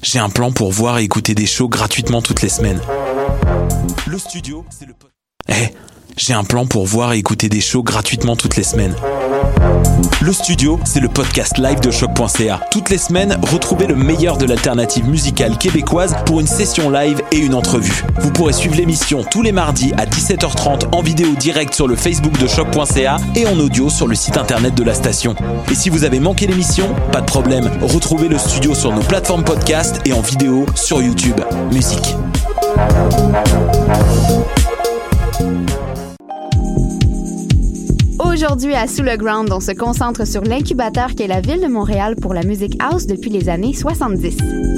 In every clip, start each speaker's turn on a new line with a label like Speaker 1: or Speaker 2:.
Speaker 1: j'ai un plan pour voir et écouter des shows gratuitement toutes les semaines. Le studio, c'est le... j'ai un plan pour voir et écouter des shows gratuitement toutes les semaines. Le studio, c'est le podcast live de choc.ca. Toutes les semaines, retrouvez le meilleur de l'alternative musicale québécoise pour une session live et une entrevue. Vous pourrez suivre l'émission tous les mardis à 17h30 en vidéo direct sur le Facebook de choc.ca et en audio sur le site internet de la station. Et si vous avez manqué l'émission, pas de problème. Retrouvez le studio sur nos plateformes podcast et en vidéo sur YouTube. Musique.
Speaker 2: Aujourd'hui, à Sous le Ground, on se concentre sur l'incubateur qu'est la Ville de Montréal pour la musique house depuis les années 70.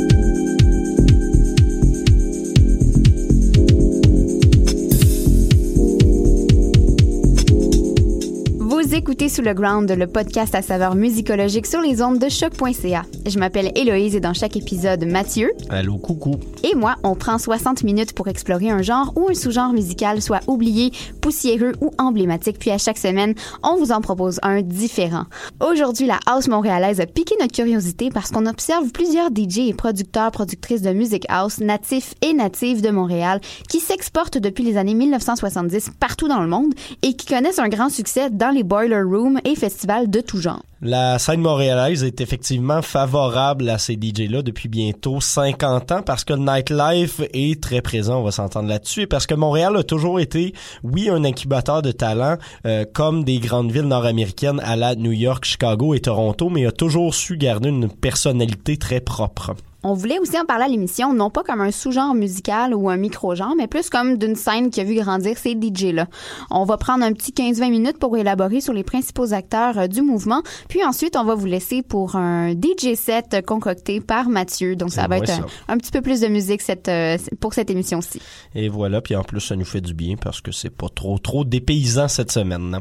Speaker 2: Vous écoutez Sous le Ground, le podcast à saveur musicologique sur les ondes de choc.ca. Je m'appelle Héloïse et dans chaque épisode, Mathieu.
Speaker 3: Allô, coucou.
Speaker 2: Et moi, on prend 60 minutes pour explorer un genre ou un sous-genre musical, soit oublié, poussiéreux ou emblématique. Puis à chaque semaine, on vous en propose un différent. Aujourd'hui, la house montréalaise a piqué notre curiosité parce qu'on observe plusieurs DJ et producteurs, productrices de musique house, natifs et natives de Montréal, qui s'exportent depuis les années 1970 partout dans le monde et qui connaissent un grand succès dans les boiler rooms et festivals de tout genre.
Speaker 3: La scène montréalaise est effectivement favorable à ces DJ-là depuis bientôt 50 ans parce que le nightlife est très présent, on va s'entendre là-dessus, et parce que Montréal a toujours été, oui, un incubateur de talent comme des grandes villes nord-américaines à la New York, Chicago et Toronto, mais a toujours su garder une personnalité très propre.
Speaker 2: On voulait aussi en parler à l'émission, non pas comme un sous-genre musical ou un micro-genre, mais plus comme d'une scène qui a vu grandir ces DJ-là. On va prendre un petit 15-20 minutes pour élaborer sur les principaux acteurs du mouvement, puis ensuite, on va vous laisser pour un DJ set concocté par Mathieu. Donc, ça va être un petit peu plus de musique pour cette émission-ci.
Speaker 3: Et voilà, puis en plus, ça nous fait du bien parce que c'est pas trop dépaysant cette semaine.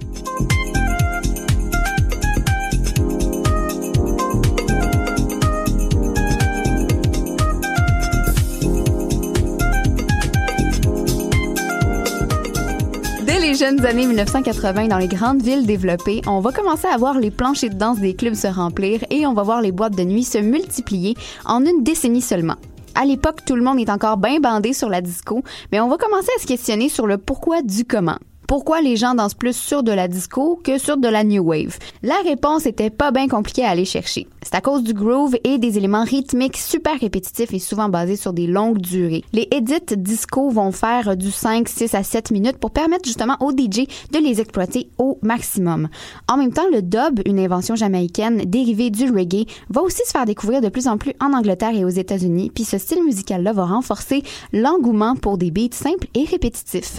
Speaker 2: Les jeunes années 1980 dans les grandes villes développées, on va commencer à voir les planchers de danse des clubs se remplir et on va voir les boîtes de nuit se multiplier en une décennie seulement. À l'époque, tout le monde est encore bien bandé sur la disco, mais on va commencer à se questionner sur le pourquoi du comment. Pourquoi les gens dansent plus sur de la disco que sur de la new wave? La réponse était pas bien compliquée à aller chercher. C'est à cause du groove et des éléments rythmiques super répétitifs et souvent basés sur des longues durées. Les edits disco vont faire du 5, 6 à 7 minutes pour permettre justement aux DJ de les exploiter au maximum. En même temps, le dub, une invention jamaïcaine dérivée du reggae, va aussi se faire découvrir de plus en plus en Angleterre et aux États-Unis, puis ce style musical-là va renforcer l'engouement pour des beats simples et répétitifs.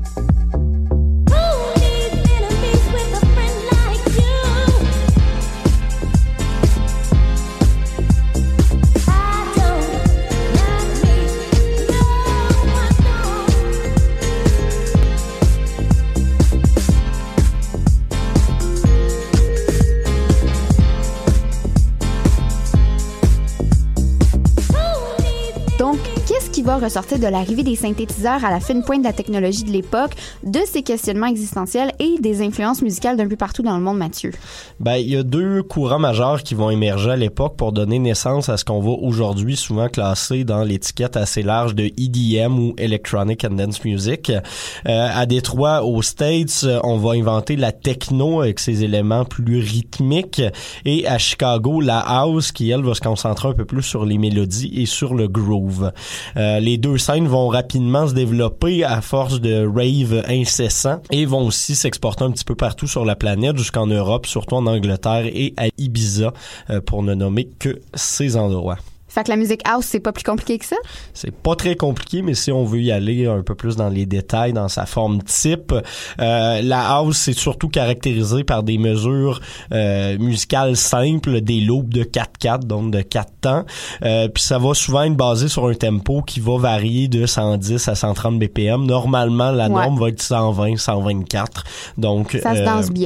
Speaker 2: Donc, qu'est-ce qui va ressortir de l'arrivée des synthétiseurs à la fine pointe de la technologie de l'époque, de ces questionnements existentiels et des influences musicales d'un peu partout dans le monde, Mathieu?
Speaker 3: Ben, il y a deux courants majeurs qui vont émerger à l'époque pour donner naissance à ce qu'on va aujourd'hui souvent classer dans l'étiquette assez large de EDM ou Electronic and Dance Music. À Détroit, aux States, on va inventer la techno avec ses éléments plus rythmiques, et à Chicago, la house qui, elle, va se concentrer un peu plus sur les mélodies et sur le groove. Les deux scènes vont rapidement se développer à force de rave incessant et vont aussi s'exporter un petit peu partout sur la planète, jusqu'en Europe, surtout en Angleterre et à Ibiza, pour ne nommer que ces endroits.
Speaker 2: Fait que la musique house, c'est pas plus compliqué que ça?
Speaker 3: C'est pas très compliqué, mais si on veut y aller un peu plus dans les détails, dans sa forme type, la house, c'est surtout caractérisé par des mesures musicales simples, des loops de 4/4, donc de 4 temps. Puis ça va souvent être basé sur un tempo qui va varier de 110 à 130 BPM. Normalement, la norme va être 120, 124. Donc,
Speaker 2: ça se danse bien.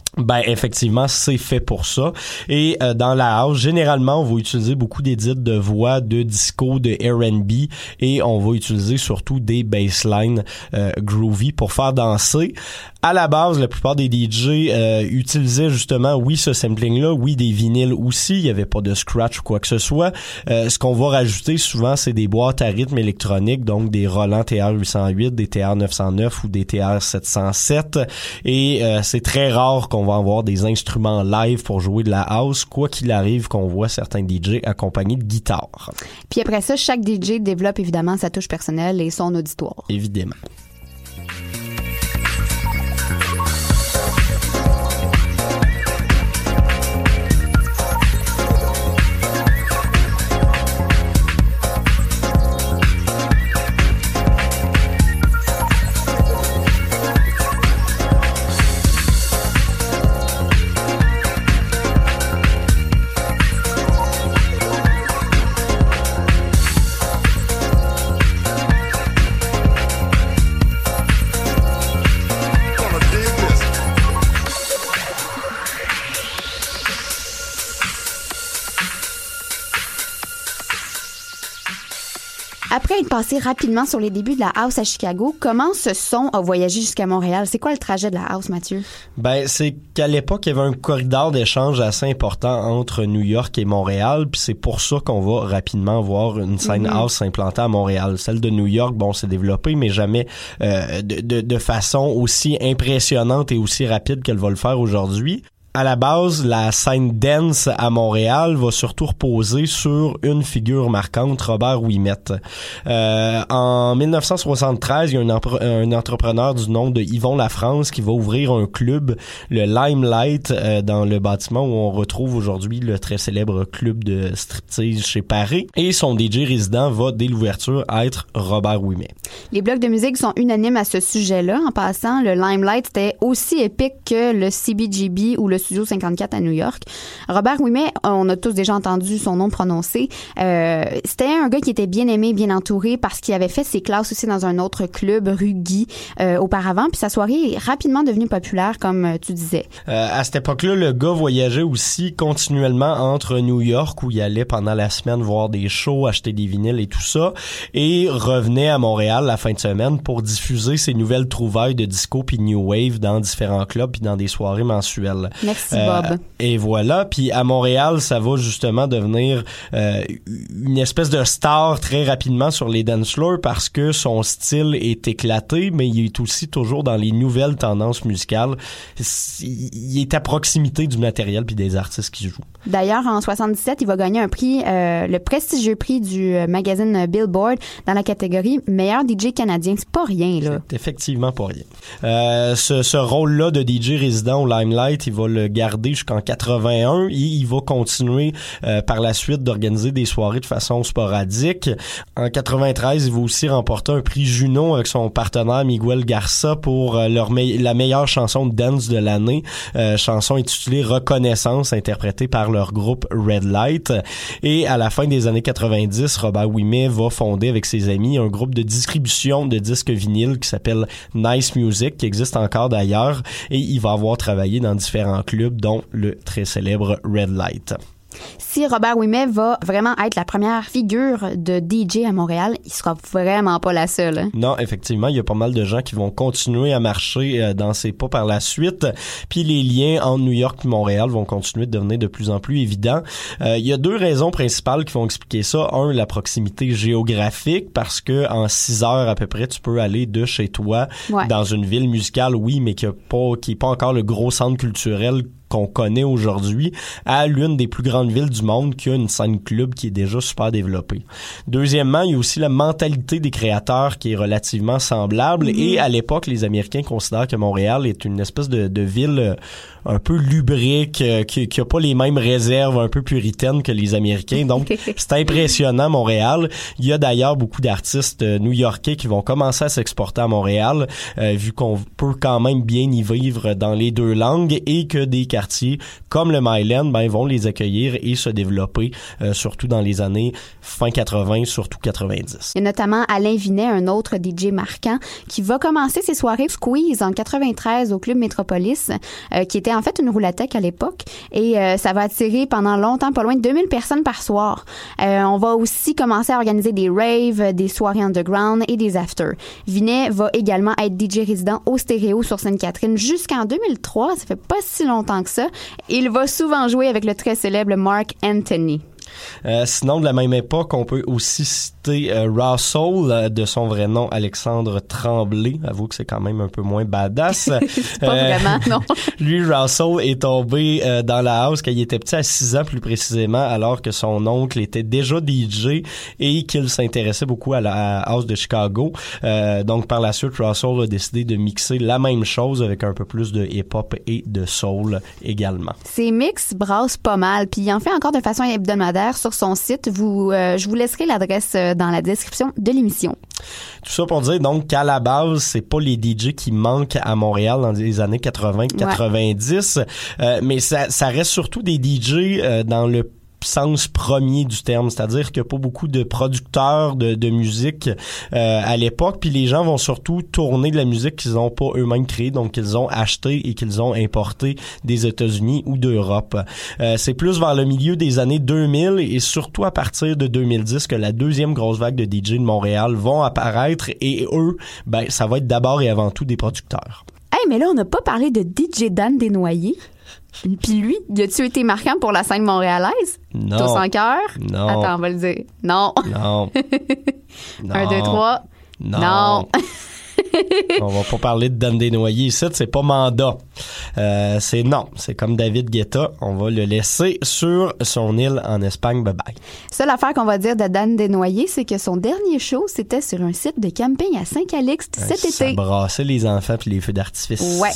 Speaker 3: Ben effectivement, c'est fait pour ça. Et dans la house, généralement, on va utiliser beaucoup d'édits de voix, de disco, de R&B, et on va utiliser surtout des basslines groovy pour faire danser. À la base, la plupart des DJ utilisaient justement, oui, ce sampling-là, oui, des vinyles aussi. Il y avait pas de scratch ou quoi que ce soit. Ce qu'on va rajouter souvent, c'est des boîtes à rythme électronique, donc des Roland TR-808, des TR-909 ou des TR-707. Et c'est très rare qu'on va avoir des instruments live pour jouer de la house, quoi qu'il arrive qu'on voit certains DJ accompagnés de guitare.
Speaker 2: Puis après ça, chaque DJ développe évidemment sa touche personnelle et son auditoire.
Speaker 3: Évidemment.
Speaker 2: Après être passé rapidement sur les débuts de la house à Chicago, comment ce son a voyagé jusqu'à Montréal? C'est quoi le trajet de la house, Mathieu?
Speaker 3: Ben, c'est qu'à l'époque, il y avait un corridor d'échange assez important entre New York et Montréal, puis c'est pour ça qu'on va rapidement voir une scène house s'implanter à Montréal. Celle de New York, bon, s'est développée, mais jamais de façon aussi impressionnante et aussi rapide qu'elle va le faire aujourd'hui. À la base, la scène dance à Montréal va surtout reposer sur une figure marquante, Robert Ouimet. En 1973, il y a un entrepreneur du nom de Yvon Lafrance qui va ouvrir un club, le Limelight, dans le bâtiment où on retrouve aujourd'hui le très célèbre club de striptease chez Paris. Et son DJ résident va, dès l'ouverture, être Robert Ouimet.
Speaker 2: Les blogs de musique sont unanimes à ce sujet-là. En passant, le Limelight, c'était aussi épique que le CBGB ou le Studio 54 à New York. Robert Ouimet, on a tous déjà entendu son nom prononcé. C'était un gars qui était bien aimé, bien entouré parce qu'il avait fait ses classes aussi dans un autre club, rue Guy, auparavant. Puis sa soirée est rapidement devenue populaire, comme tu disais.
Speaker 3: À cette époque-là, le gars voyageait aussi continuellement entre New York, où il allait pendant la semaine voir des shows, acheter des vinyles et tout ça, et revenait à Montréal la fin de semaine pour diffuser ses nouvelles trouvailles de disco puis new wave dans différents clubs puis dans des soirées mensuelles.
Speaker 2: Merci Bob.
Speaker 3: Et voilà, puis à Montréal, ça va justement devenir une espèce de star très rapidement sur les dance floors parce que son style est éclaté, mais il est aussi toujours dans les nouvelles tendances musicales. Il est à proximité du matériel puis des artistes qui jouent.
Speaker 2: D'ailleurs, en 77, il va gagner un prix, le prestigieux prix du magazine Billboard dans la catégorie meilleur DJ canadien. C'est pas rien, là.
Speaker 3: C'est effectivement pas rien. Ce rôle-là de DJ résident au Limelight, il va le garder jusqu'en 81 et il va continuer par la suite d'organiser des soirées de façon sporadique. En 93, il va aussi remporter un prix Juno avec son partenaire Miguel Garza pour la meilleure chanson de dance de l'année, chanson intitulée Reconnaissance, interprétée par leur groupe Red Light. Et à la fin des années 90, Robert Ouimet va fonder avec ses amis un groupe de distribution de disques vinyles qui s'appelle Nice Music, qui existe encore d'ailleurs, et il va avoir travaillé dans différents clubs, dont le très célèbre Red Light.
Speaker 2: Si Robert Ouimet va vraiment être la première figure de DJ à Montréal, il sera vraiment pas la seule. Hein?
Speaker 3: Non, effectivement, il y a pas mal de gens qui vont continuer à marcher dans ses pas par la suite. Puis les liens entre New York et Montréal vont continuer de devenir de plus en plus évidents. Il y a deux raisons principales qui vont expliquer ça. Un, la proximité géographique, parce que en 6 heures à peu près, tu peux aller de chez toi dans une ville musicale, oui, mais qui est pas encore le gros centre culturel qu'on connaît aujourd'hui, à l'une des plus grandes villes du monde qui a une scène club qui est déjà super développée. Deuxièmement, il y a aussi la mentalité des créateurs qui est relativement semblable et à l'époque, les Américains considèrent que Montréal est une espèce de ville un peu lubrique, qui a pas les mêmes réserves, un peu puritaines que les Américains. Donc, c'est impressionnant, Montréal. Il y a d'ailleurs beaucoup d'artistes new-yorkais qui vont commencer à s'exporter à Montréal, vu qu'on peut quand même bien y vivre dans les deux langues et que des quartiers comme le Myland, ben vont les accueillir et se développer, surtout dans les années fin 80, surtout 90.
Speaker 2: Il y a notamment Alain Vinet, un autre DJ marquant, qui va commencer ses soirées Squeeze en 93 au Club Métropolis, qui était en fait une roulathèque à l'époque, et ça va attirer pendant longtemps pas loin de 2000 personnes par soir. On va aussi commencer à organiser des raves, des soirées underground et des afters. Vinet va également être DJ résident au Stéréo sur Sainte-Catherine jusqu'en 2003, ça fait pas si longtemps que ça. Il va souvent jouer avec le très célèbre Mark Anthony.
Speaker 3: Sinon, de la même époque, on peut aussi citer Russell, de son vrai nom Alexandre Tremblay. Avoue que c'est quand même un peu moins badass.
Speaker 2: C'est pas vraiment, non.
Speaker 3: Lui, Russell est tombé dans la house quand il était petit, à 6 ans plus précisément, alors que son oncle était déjà DJ et qu'il s'intéressait beaucoup à la house de Chicago. Donc, par la suite, Russell a décidé de mixer la même chose avec un peu plus de hip-hop et de soul également.
Speaker 2: Ses mix brassent pas mal, puis il en fait encore de façon hebdomadaire sur son site. Je vous laisserai l'adresse dans la description de l'émission.
Speaker 3: Tout ça pour dire donc qu'à la base, c'est pas les DJ qui manquent à Montréal dans les années 80-90, mais ça reste surtout des DJ dans le sens premier du terme, c'est-à-dire qu'il n'y a pas beaucoup de producteurs de musique à l'époque, puis les gens vont surtout tourner de la musique qu'ils n'ont pas eux-mêmes créée, donc qu'ils ont acheté et qu'ils ont importé des États-Unis ou d'Europe. C'est plus vers le milieu des années 2000 et surtout à partir de 2010 que la deuxième grosse vague de DJ de Montréal vont apparaître, et eux, ben ça va être d'abord et avant tout des producteurs.
Speaker 2: Hey, mais là, on n'a pas parlé de DJ Dan Desnoyers. Puis lui, a-tu été marquant pour la scène montréalaise?
Speaker 3: Non.
Speaker 2: Tous en cœur?
Speaker 3: Non.
Speaker 2: Attends, on va le dire. Non.
Speaker 3: Non.
Speaker 2: 1, 2, 3. Non.
Speaker 3: On va pas parler de Dan Desnoyers ici, c'est pas mandat. C'est non. C'est comme David Guetta. On va le laisser sur son île en Espagne. Bye bye.
Speaker 2: Seule affaire qu'on va dire de Dan Desnoyers, c'est que son dernier show, c'était sur un site de camping à Saint-Calixte cet été.
Speaker 3: Ça brassait les enfants puis les feux d'artifice.
Speaker 2: Ouais.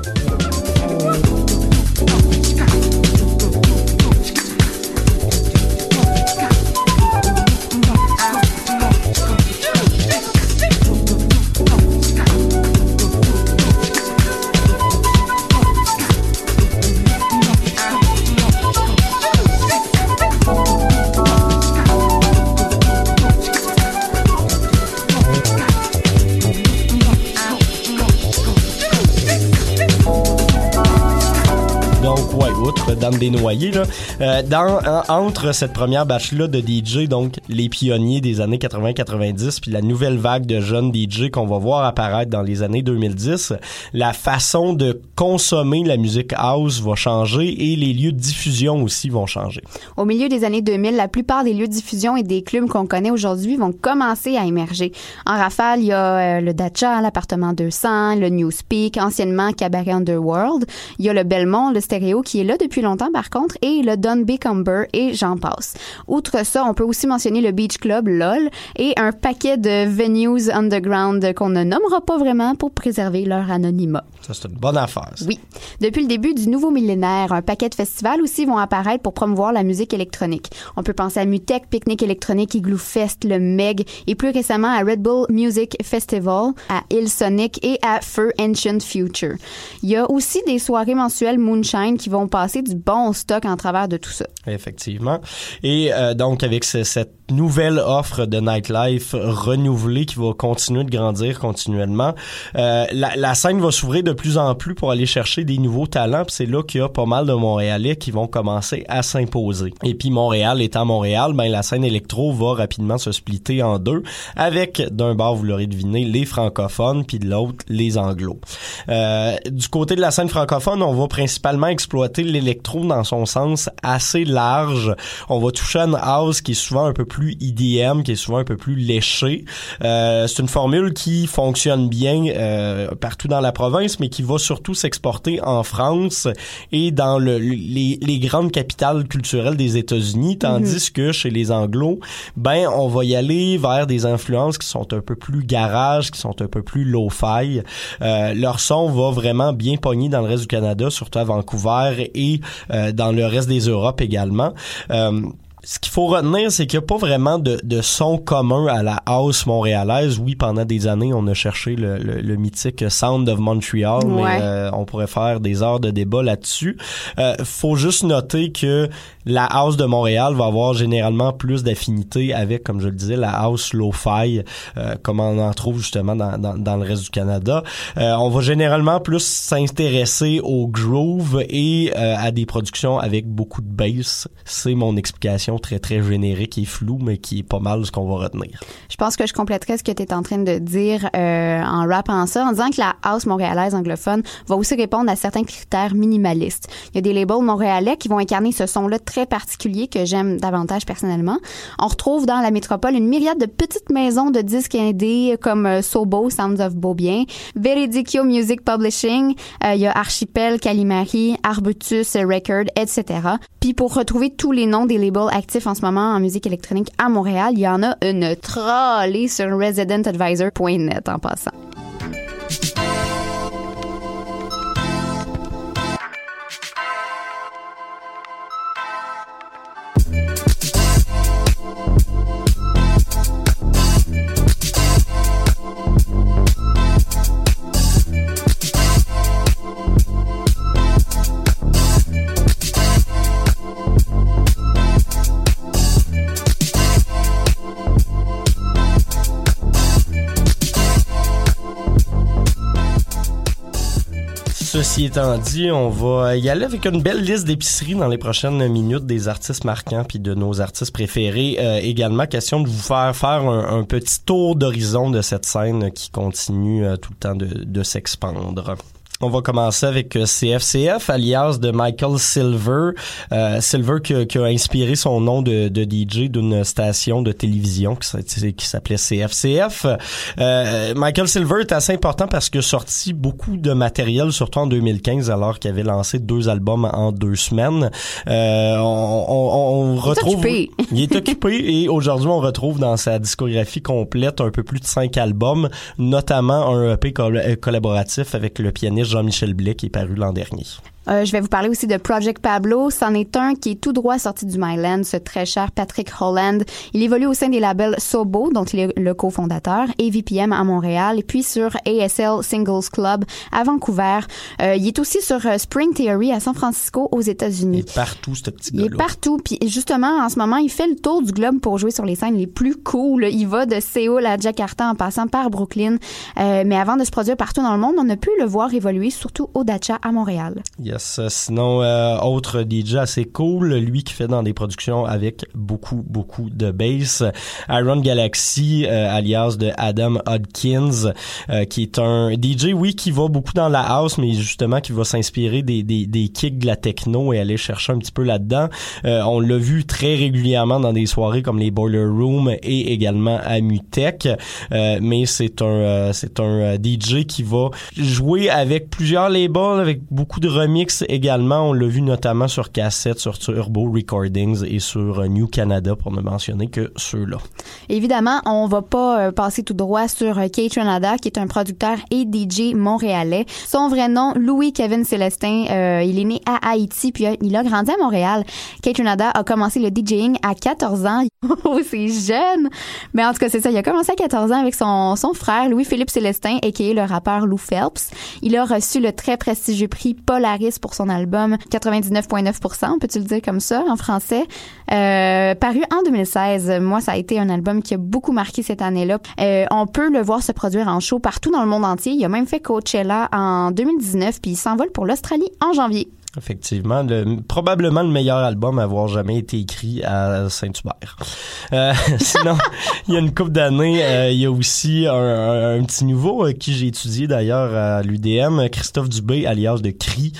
Speaker 3: Dan Desnoyers, là. Entre cette première batch-là de DJ, donc les pionniers des années 80-90, puis la nouvelle vague de jeunes DJ qu'on va voir apparaître dans les années 2010, la façon de consommer la musique house va changer et les lieux de diffusion aussi vont changer.
Speaker 2: Au milieu des années 2000, la plupart des lieux de diffusion et des clubs qu'on connaît aujourd'hui vont commencer à émerger. En rafale, il y a le Dacha, l'appartement 200, le Newspeak, anciennement Cabaret Underworld. Il y a le Belmont, le Stéréo qui est là depuis longtemps par contre, et le Don Bicumber et j'en passe. Outre ça, on peut aussi mentionner le Beach Club, LOL, et un paquet de venues underground qu'on ne nommera pas vraiment pour préserver leur anonymat.
Speaker 3: Ça, c'est une bonne affaire. Ça.
Speaker 2: Oui. Depuis le début du nouveau millénaire, un paquet de festivals aussi vont apparaître pour promouvoir la musique électronique. On peut penser à Mutech, Picnic électronique, Igloo Fest, le Meg, et plus récemment à Red Bull Music Festival, à Hillsonic et à Fur Ancient Future. Il y a aussi des soirées mensuelles Moonshine qui vont passer du bon stock en travers de tout ça.
Speaker 3: Effectivement. Et donc, avec cette nouvelle offre de nightlife renouvelée qui va continuer de grandir continuellement, la scène va s'ouvrir de plus en plus pour aller chercher des nouveaux talents, puis c'est là qu'il y a pas mal de Montréalais qui vont commencer à s'imposer. Et puis Montréal étant Montréal, ben la scène électro va rapidement se splitter en deux, avec d'un bord, vous l'aurez deviné, les francophones, puis de l'autre, les anglos. Du côté de la scène francophone, on va principalement exploiter l'électro dans son sens assez large. On va toucher à une house qui est souvent un peu plus EDM, qui est souvent un peu plus léchée. C'est une formule qui fonctionne bien partout dans la province, mais qui va surtout s'exporter en France et dans les grandes capitales culturelles des États-Unis, tandis que chez les Anglos, ben on va y aller vers des influences qui sont un peu plus garage, qui sont un peu plus lo-fi. Leur son va vraiment bien pogner dans le reste du Canada, surtout à Vancouver et dans le reste des Europes également. Ce qu'il faut retenir, c'est qu'il n'y a pas vraiment de son commun à la house montréalaise. Oui, pendant des années, on a cherché le mythique Sound of Montreal, mais on pourrait faire des heures de débat là-dessus. Faut juste noter que la house de Montréal va avoir généralement plus d'affinité avec, comme je le disais, la house lo-fi, comme on en trouve justement dans le reste du Canada. On va généralement plus s'intéresser au groove et à des productions avec beaucoup de bass. C'est mon explication très, très générique et floue, mais qui est pas mal ce qu'on va retenir.
Speaker 2: Je pense que je compléterais ce que tu es en train de dire en rappant ça, en disant que la house montréalaise anglophone va aussi répondre à certains critères minimalistes. Il y a des labels montréalais qui vont incarner ce son-là très particulier que j'aime davantage personnellement. On retrouve dans la métropole une myriade de petites maisons de disques indés comme Sobo, Sounds of Beaubien, Veridicchio Music Publishing, il y a Archipel, Calimari, Arbutus Record, etc. Puis pour retrouver tous les noms des labels actifs en ce moment en musique électronique à Montréal, il y en a une trolley sur residentadvisor.net en passant.
Speaker 3: Ceci étant dit, on va y aller avec une belle liste d'épiceries dans les prochaines minutes des artistes marquants puis de nos artistes préférés. Également, question de vous faire un petit tour d'horizon de cette scène qui continue tout le temps de s'expandre. On va commencer avec CFCF, alias de Michael Silver. Silver qui a inspiré son nom de DJ d'une station de télévision qui s'appelait CFCF. Michael Silver est assez important parce qu'il a sorti beaucoup de matériel, surtout en 2015, alors qu'il avait lancé 2 albums en 2 semaines. On retrouve... Il est occupé et aujourd'hui, on retrouve dans sa discographie complète un peu plus de 5 albums, notamment un EP collaboratif avec le pianiste Jean-Michel Blais qui est paru l'an dernier.
Speaker 2: Je vais vous parler aussi de Project Pablo. C'en est un qui est tout droit sorti du Myland, ce très cher Patrick Holland. Il évolue au sein des labels Sobo, dont il est le cofondateur, et VPM à Montréal, et puis sur ASL Singles Club à Vancouver. Il est aussi sur Spring Theory à San Francisco, aux États-Unis.
Speaker 3: Il est partout, ce petit gars-là.
Speaker 2: Il est partout. Puis justement, en ce moment, il fait le tour du globe pour jouer sur les scènes les plus cool. Il va de Séoul à Jakarta en passant par Brooklyn. Mais avant de se produire partout dans le monde, on a pu le voir évoluer, surtout au Dacha à Montréal.
Speaker 3: Yes. Sinon, autre DJ assez cool, lui qui fait dans des productions avec beaucoup de bass, Iron Galaxy, alias de Adam Hodkins, qui est un DJ, oui, qui va beaucoup dans la house, mais justement qui va s'inspirer des kicks de la techno et aller chercher un petit peu là-dedans. On l'a vu très régulièrement dans des soirées comme les Boiler Room et également à Mutech, mais c'est un DJ qui va jouer avec plusieurs labels, avec beaucoup de remix également. On l'a vu notamment sur cassette, sur Turbo Recordings et sur New Canada, pour ne mentionner que ceux-là.
Speaker 2: Évidemment, on va pas passer tout droit sur Kate Renada, qui est un producteur et DJ montréalais. Son vrai nom, Louis Kevin Célestin. Il est né à Haïti, puis il a grandi à Montréal. Kate Renada a commencé le DJing à 14 ans. Oh, c'est jeune! Mais en tout cas, c'est ça. Il a commencé à 14 ans avec son frère, Louis-Philippe Célestin, a.k.a. le rappeur Lou Phelps. Il a reçu le très prestigieux prix Polaris pour son album 99.9%, peut-tu le dire comme ça en français, paru en 2016. Moi, ça a été un album qui a beaucoup marqué cette année-là. On peut le voir se produire en show partout dans le monde entier. Il a même fait Coachella en 2019, puis il s'envole pour l'Australie en janvier.
Speaker 3: Effectivement, probablement le meilleur album à avoir jamais été écrit à Saint-Hubert. Sinon, il y a une couple d'années, il y a aussi un petit nouveau qui j'ai étudié d'ailleurs à l'UDM, Christophe Dubé, alias de Cri,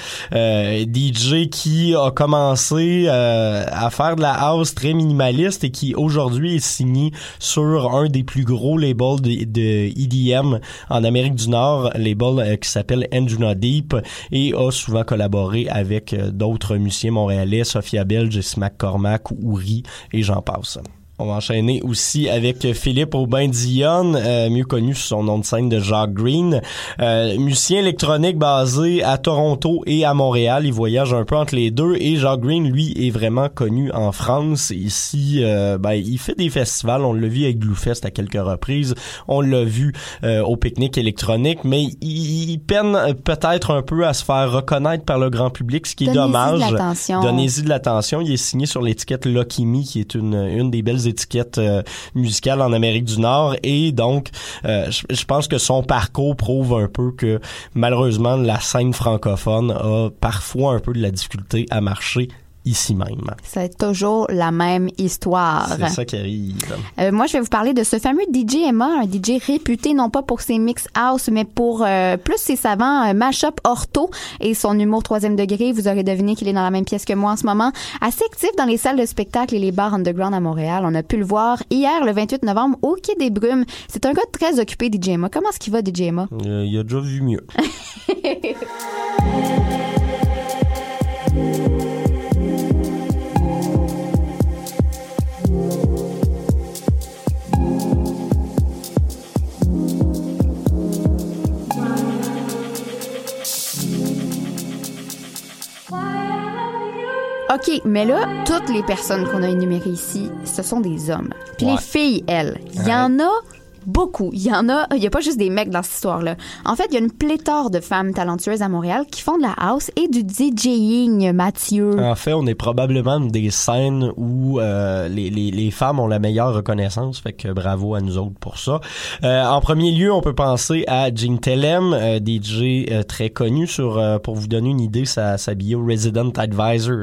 Speaker 3: DJ qui a commencé à faire de la house très minimaliste et qui aujourd'hui est signé sur un des plus gros labels de EDM en Amérique du Nord, label qui s'appelle Anduna Deep, et a souvent collaboré avec d'autres musiciens montréalais, Sophia Bell, Jesse McCormack, Ouri et j'en passe. On va enchaîner aussi avec Philippe Aubin-Dionne, mieux connu sous son nom de scène de Jacques Green. Musicien électronique basé à Toronto et à Montréal. Il voyage un peu entre les deux et Jacques Green, lui, est vraiment connu en France. Ici, il fait des festivals. On l'a vu avec Gloufest à quelques reprises. On l'a vu au pique-nique électronique, mais il peine peut-être un peu à se faire reconnaître par le grand public, ce qui est dommage. Donnez-y de l'attention. Il est signé sur l'étiquette Lucky Me, qui est une des belles étiquettes musicales en Amérique du Nord, et donc je pense que son parcours prouve un peu que malheureusement la scène francophone a parfois un peu de la difficulté à marcher ici même.
Speaker 2: C'est toujours la même histoire.
Speaker 3: C'est ça qui arrive.
Speaker 2: Moi, je vais vous parler de ce fameux DJ Emma, un DJ réputé non pas pour ses mix house, mais pour plus ses savants mashup ortho et son humour 3e degré. Vous aurez deviné qu'il est dans la même pièce que moi en ce moment. Assez actif dans les salles de spectacle et les bars underground à Montréal. On a pu le voir hier, le 28 novembre, au Quai des Brumes. C'est un gars très occupé, DJ Emma. Comment est-ce qu'il va, DJ Emma?
Speaker 3: Il a déjà vu mieux.
Speaker 2: OK, mais là, toutes les personnes qu'on a énumérées ici, ce sont des hommes. Puis les filles, elles, il y en a beaucoup. Il y a pas juste des mecs dans cette histoire-là. En fait, il y a une pléthore de femmes talentueuses à Montréal qui font de la house et du DJing, Mathieu.
Speaker 3: En fait, on est probablement des scènes où les femmes ont la meilleure reconnaissance, fait que bravo à nous autres pour ça. En premier lieu, on peut penser à Jean Tellem, DJ très connu pour vous donner une idée, sa bio Resident Advisor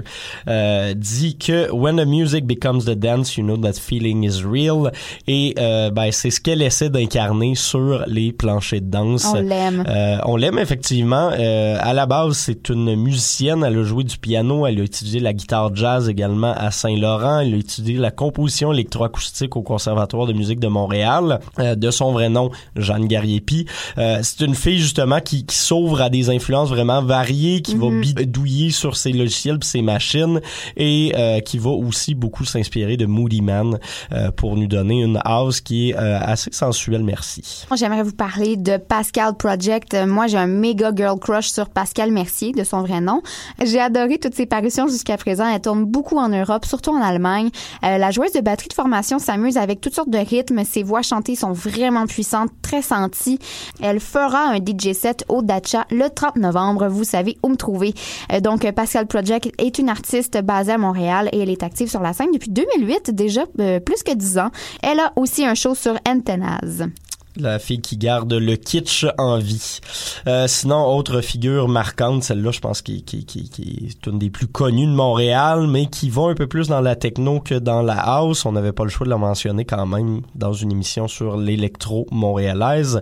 Speaker 3: dit que when the music becomes the dance, you know that feeling is real, et c'est ce qu'elle essaie d'incarner sur les planchers de danse. On l'aime effectivement. À la base, c'est une musicienne. Elle a joué du piano. Elle a étudié la guitare jazz également à Saint-Laurent. Elle a étudié la composition électroacoustique au Conservatoire de musique de Montréal. De son vrai nom, Jeanne Gariepi. C'est une fille justement qui s'ouvre à des influences vraiment variées, qui va bidouiller sur ses logiciels pis ses machines, et qui va aussi beaucoup s'inspirer de Moody Man pour nous donner une house qui est assez sensuelle, merci.
Speaker 2: J'aimerais vous parler de Pascal Project. Moi, j'ai un méga girl crush sur Pascal Mercier, de son vrai nom. J'ai adoré toutes ses parutions jusqu'à présent. Elle tourne beaucoup en Europe, surtout en Allemagne. La joueuse de batterie de formation s'amuse avec toutes sortes de rythmes. Ses voix chantées sont vraiment puissantes, très senties. Elle fera un DJ set au Dacha le 30 novembre. Vous savez où me trouver. Donc, Pascal Project est une artiste basée à Montréal et elle est active sur la scène depuis 2008, déjà plus que 10 ans. Elle a aussi un show sur Antennas.
Speaker 3: La fille qui garde le kitsch en vie. Sinon, autre figure marquante, celle-là, je pense qui est une des plus connues de Montréal, mais qui va un peu plus dans la techno que dans la house. On n'avait pas le choix de la mentionner quand même dans une émission sur l'électro montréalaise.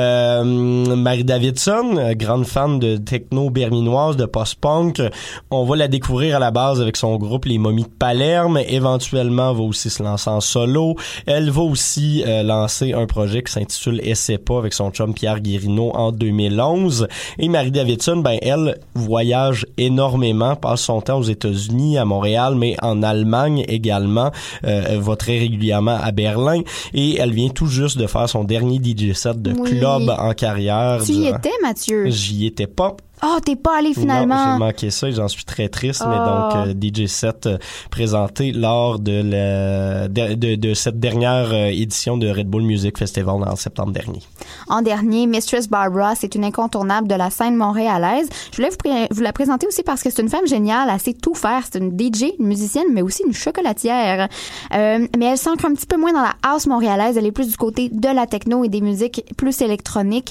Speaker 3: Marie Davidson, grande fan de techno berminoise, de post-punk. On va la découvrir à la base avec son groupe Les Momies de Palerme. Éventuellement, va aussi se lancer en solo. Elle va aussi lancer un projet qui s'intitule Essaie pas avec son chum Pierre Guérineau en 2011. Et Marie Davidson, elle voyage énormément, passe son temps aux États-Unis, à Montréal, mais en Allemagne également. Elle va très régulièrement à Berlin et elle vient tout juste de faire son dernier DJ set de club en carrière.
Speaker 2: Tu y étais, Mathieu?
Speaker 3: J'y étais pas.
Speaker 2: Oh, t'es pas allé finalement.
Speaker 3: Non, j'ai manqué ça et j'en suis très triste. Mais donc, DJ set présenté lors de cette dernière édition de Red Bull Music Festival en septembre dernier.
Speaker 2: En dernier, Mistress Barbara, c'est une incontournable de la scène montréalaise. Je voulais vous la présenter aussi parce que c'est une femme géniale, elle sait tout faire. C'est une DJ, une musicienne, mais aussi une chocolatière. Mais elle s'ancre un petit peu moins dans la house montréalaise. Elle est plus du côté de la techno et des musiques plus électroniques.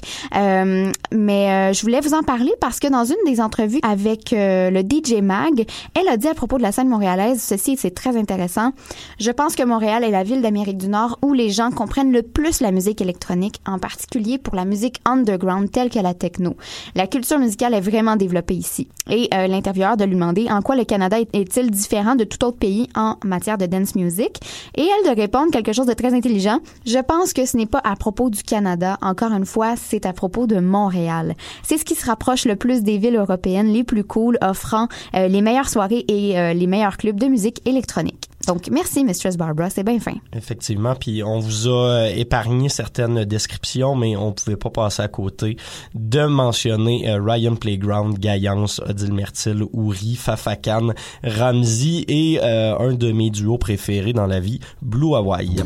Speaker 2: Mais je voulais vous en parler parce que dans une des entrevues avec le DJ Mag, elle a dit à propos de la scène montréalaise, ceci, c'est très intéressant. Je pense que Montréal est la ville d'Amérique du Nord où les gens comprennent le plus la musique électronique, en particulier pour la musique underground telle que la techno. La culture musicale est vraiment développée ici. Et l'intervieweur de lui demander en quoi le Canada est-il différent de tout autre pays en matière de dance music. Et elle de répondre quelque chose de très intelligent. Je pense que ce n'est pas à propos du Canada. Encore une fois, c'est à propos de Montréal. C'est ce qui se rapproche le plus des villes européennes les plus cool, offrant les meilleures soirées et les meilleurs clubs de musique électronique. Donc, merci, Mistress Barbara, c'est bien fin.
Speaker 3: Effectivement, puis on vous a épargné certaines descriptions, mais on pouvait pas passer à côté de mentionner Ryan Playground, Gaillance, Odile Mertil, Ouri, Fafakan, Ramsey et un de mes duos préférés dans la vie, Blue Hawaii.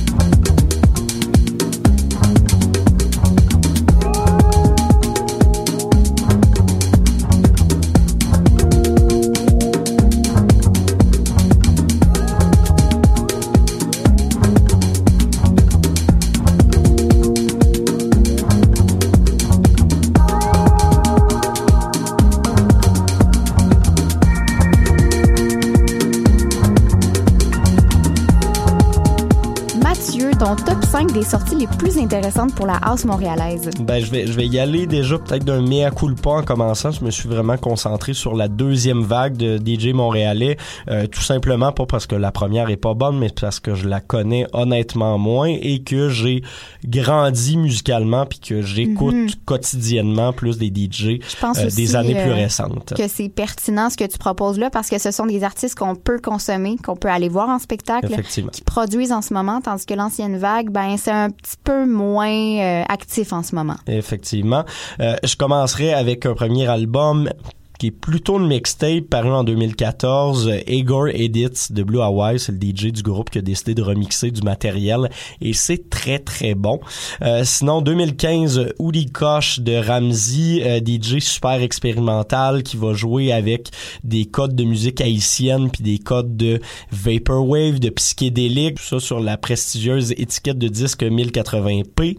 Speaker 2: Ton top 5 des sorties les plus intéressantes pour la house montréalaise.
Speaker 3: Ben, je vais y aller déjà peut-être d'un mea culpa en commençant. Je me suis vraiment concentré sur la deuxième vague de DJ montréalais. Tout simplement pas parce que la première est pas bonne, mais parce que je la connais honnêtement moins et que j'ai grandi musicalement puis que j'écoute quotidiennement plus des DJ des années plus récentes.
Speaker 2: Que c'est pertinent ce que tu proposes là parce que ce sont des artistes qu'on peut consommer, qu'on peut aller voir en spectacle, qui produisent en ce moment, tandis que l'ancienne vague, ben c'est un petit peu moins actif en ce moment.
Speaker 3: Effectivement. Je commencerai avec un premier album qui est plutôt une mixtape paru en 2014, Igor Edits de Blue Hawaii, c'est le DJ du groupe qui a décidé de remixer du matériel et c'est très très bon. Sinon 2015, Oudi Koch de Ramsey, DJ super expérimental qui va jouer avec des codes de musique haïtienne puis des codes de vaporwave, de psychédélique, tout ça sur la prestigieuse étiquette de disque 1080p.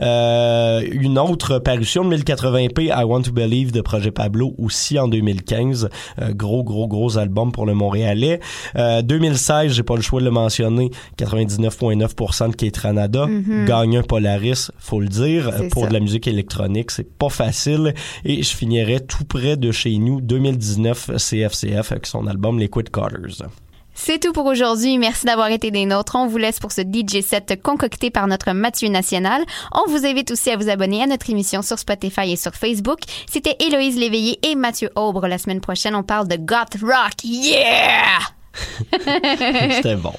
Speaker 3: Une autre parution de 1080p, I Want to Believe de Projet Pablo aussi en 2015, gros album pour le Montréalais. 2016, j'ai pas le choix de le mentionner, 99.9% de Kate-Ranada, gagne un Polaris, faut le dire, pour ça. De la musique électronique, c'est pas facile. Et je finirais tout près de chez nous, 2019 CFCF avec son album Liquid Colors.
Speaker 2: C'est tout pour aujourd'hui. Merci d'avoir été des nôtres. On vous laisse pour ce DJ set concocté par notre Mathieu National. On vous invite aussi à vous abonner à notre émission sur Spotify et sur Facebook. C'était Héloïse Léveillé et Mathieu Aubre. La semaine prochaine, on parle de goth rock. Yeah!
Speaker 3: C'était bon.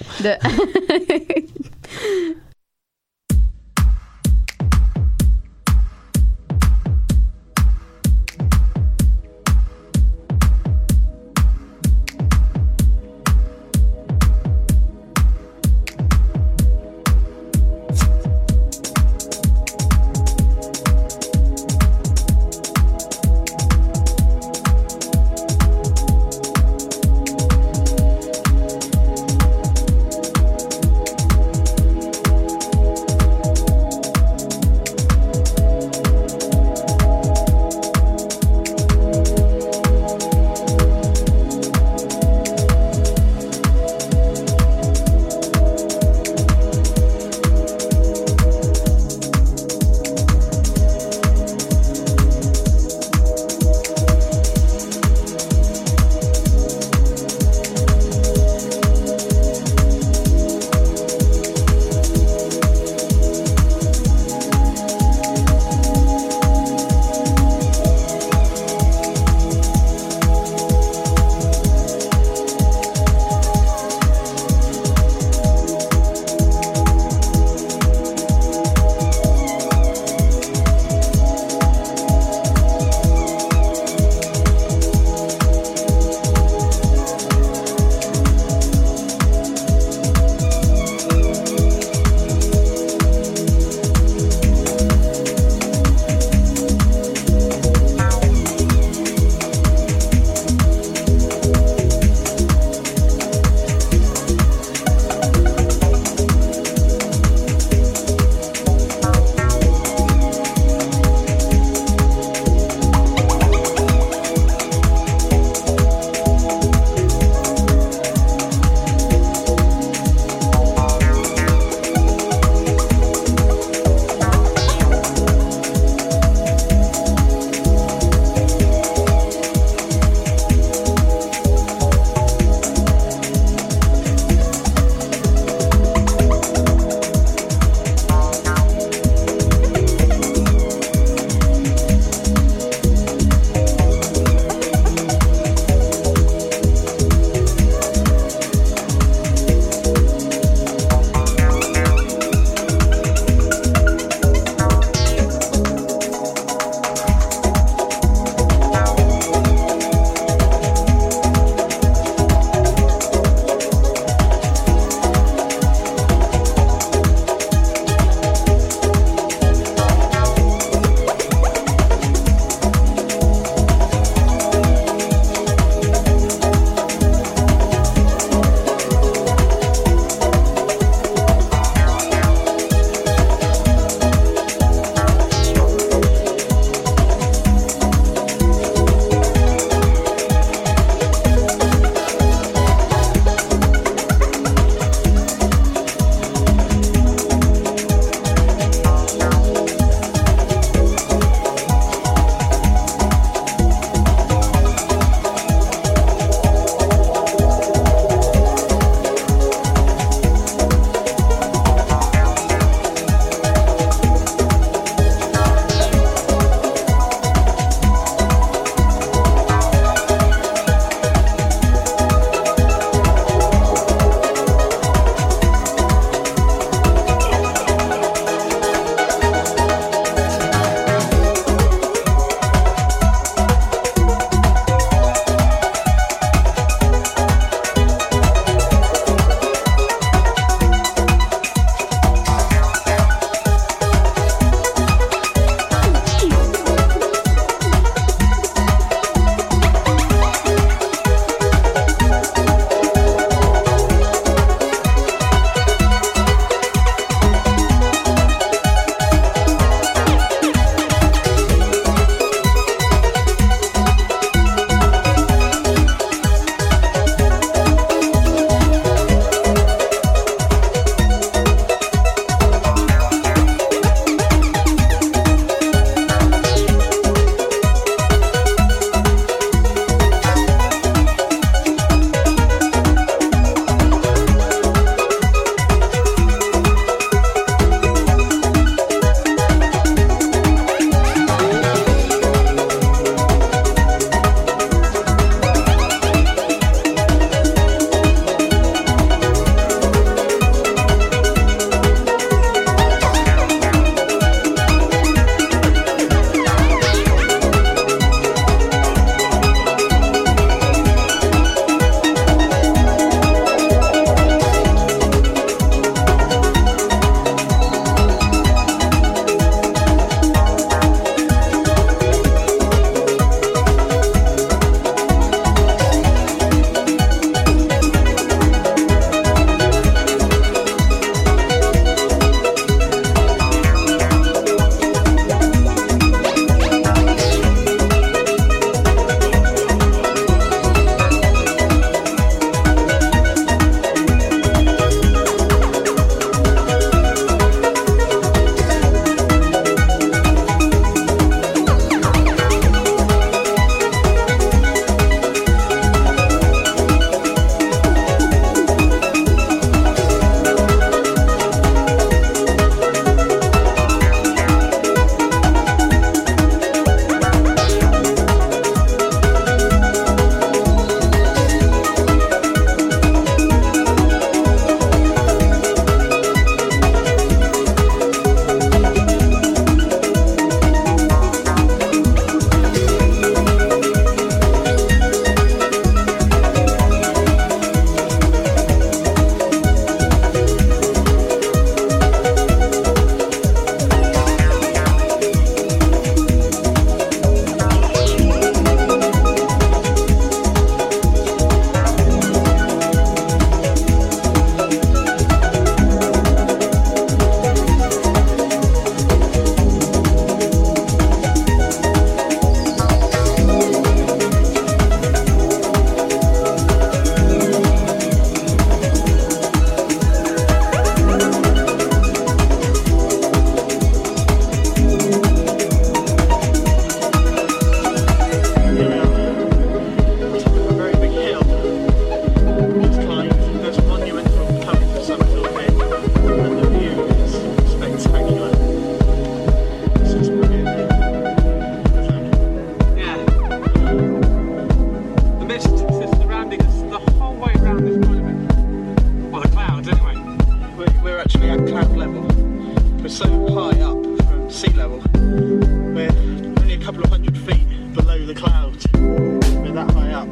Speaker 4: that high up.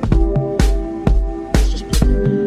Speaker 4: Let's just put it.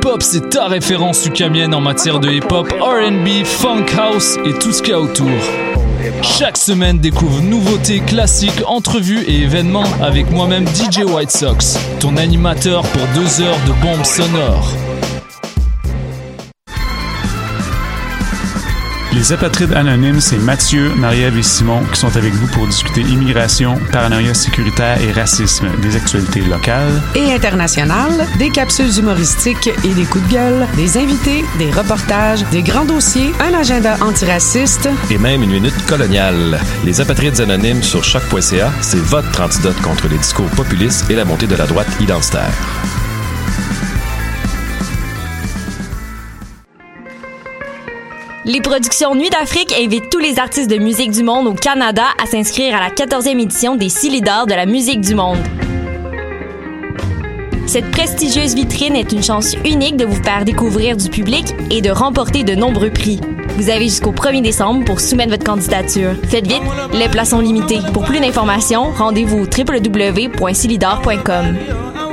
Speaker 4: Polypop, c'est ta référence ukamienne en matière de hip-hop, R&B, funk house et tout ce qu'il y a autour. Chaque semaine, découvre nouveautés, classiques, entrevues et événements avec moi-même DJ White Sox, ton animateur pour 2 heures de bombes sonores.
Speaker 5: Les Apatrides Anonymes, c'est Mathieu, Marie-Ève et Simon qui sont avec vous pour discuter immigration, paranoïa sécuritaire et racisme, des actualités locales
Speaker 6: et internationales, des capsules humoristiques et des coups de gueule, des invités, des reportages, des grands dossiers, un agenda antiraciste
Speaker 7: et même une minute coloniale. Les Apatrides Anonymes sur choc.ca, c'est votre antidote contre les discours populistes et la montée de la droite identitaire.
Speaker 8: Les productions Nuit d'Afrique invitent tous les artistes de musique du monde au Canada à s'inscrire à la 14e édition des 6 leaders de la musique du monde. Cette prestigieuse vitrine est une chance unique de vous faire découvrir du public et de remporter de nombreux prix. Vous avez jusqu'au 1er décembre pour soumettre votre candidature. Faites vite, les places sont limitées. Pour plus d'informations, rendez-vous au www.6leaders.com.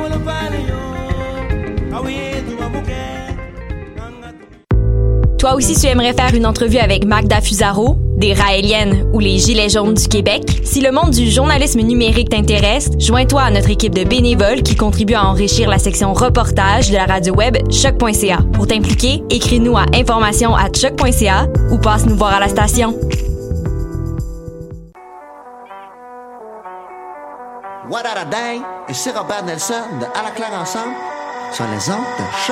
Speaker 8: Toi aussi, tu aimerais faire une entrevue avec Magda Fusaro, des Raéliennes ou les Gilets jaunes du Québec? Si le monde du journalisme numérique t'intéresse, joins-toi à notre équipe de bénévoles qui contribue à enrichir la section reportage de la radio web choc.ca. Pour t'impliquer, écris-nous à information@choc.ca ou passe nous voir à la station.
Speaker 9: What a day! Ici Robert Nelson de À la claire ensemble sur les ondes de Choc.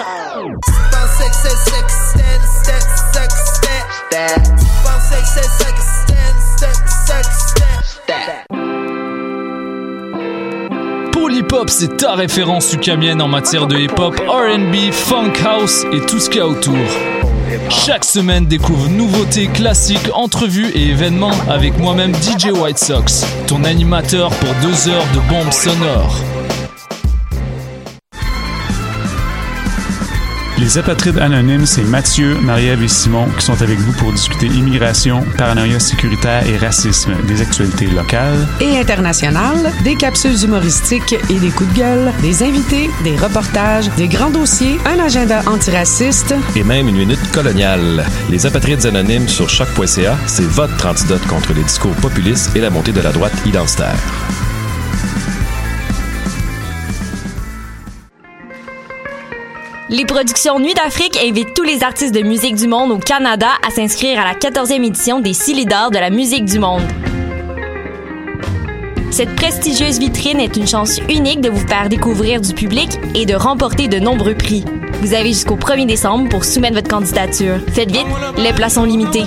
Speaker 4: Polypop, c'est ta référence ukamienne en matière de hip-hop, R&B, funk house et tout ce qu'il y a autour. Chaque semaine, découvre nouveautés, classiques, entrevues et événements avec moi-même DJ White Sox, ton animateur pour 2 heures de bombes sonores.
Speaker 5: Les Apatrides Anonymes, c'est Mathieu, Marie-Ève et Simon qui sont avec vous pour discuter immigration, paranoïa sécuritaire et racisme, des actualités locales
Speaker 6: et internationales, des capsules humoristiques et des coups de gueule, des invités, des reportages, des grands dossiers, un agenda antiraciste
Speaker 7: et même une minute coloniale. Les Apatrides Anonymes sur choc.ca, c'est votre antidote contre les discours populistes et la montée de la droite identitaire.
Speaker 8: Les productions Nuit d'Afrique invitent tous les artistes de musique du monde au Canada à s'inscrire à la 14e édition des 6 leaders de la musique du monde. Cette prestigieuse vitrine est une chance unique de vous faire découvrir du public et de remporter de nombreux prix. Vous avez jusqu'au 1er décembre pour soumettre votre candidature. Faites vite, les places sont limitées.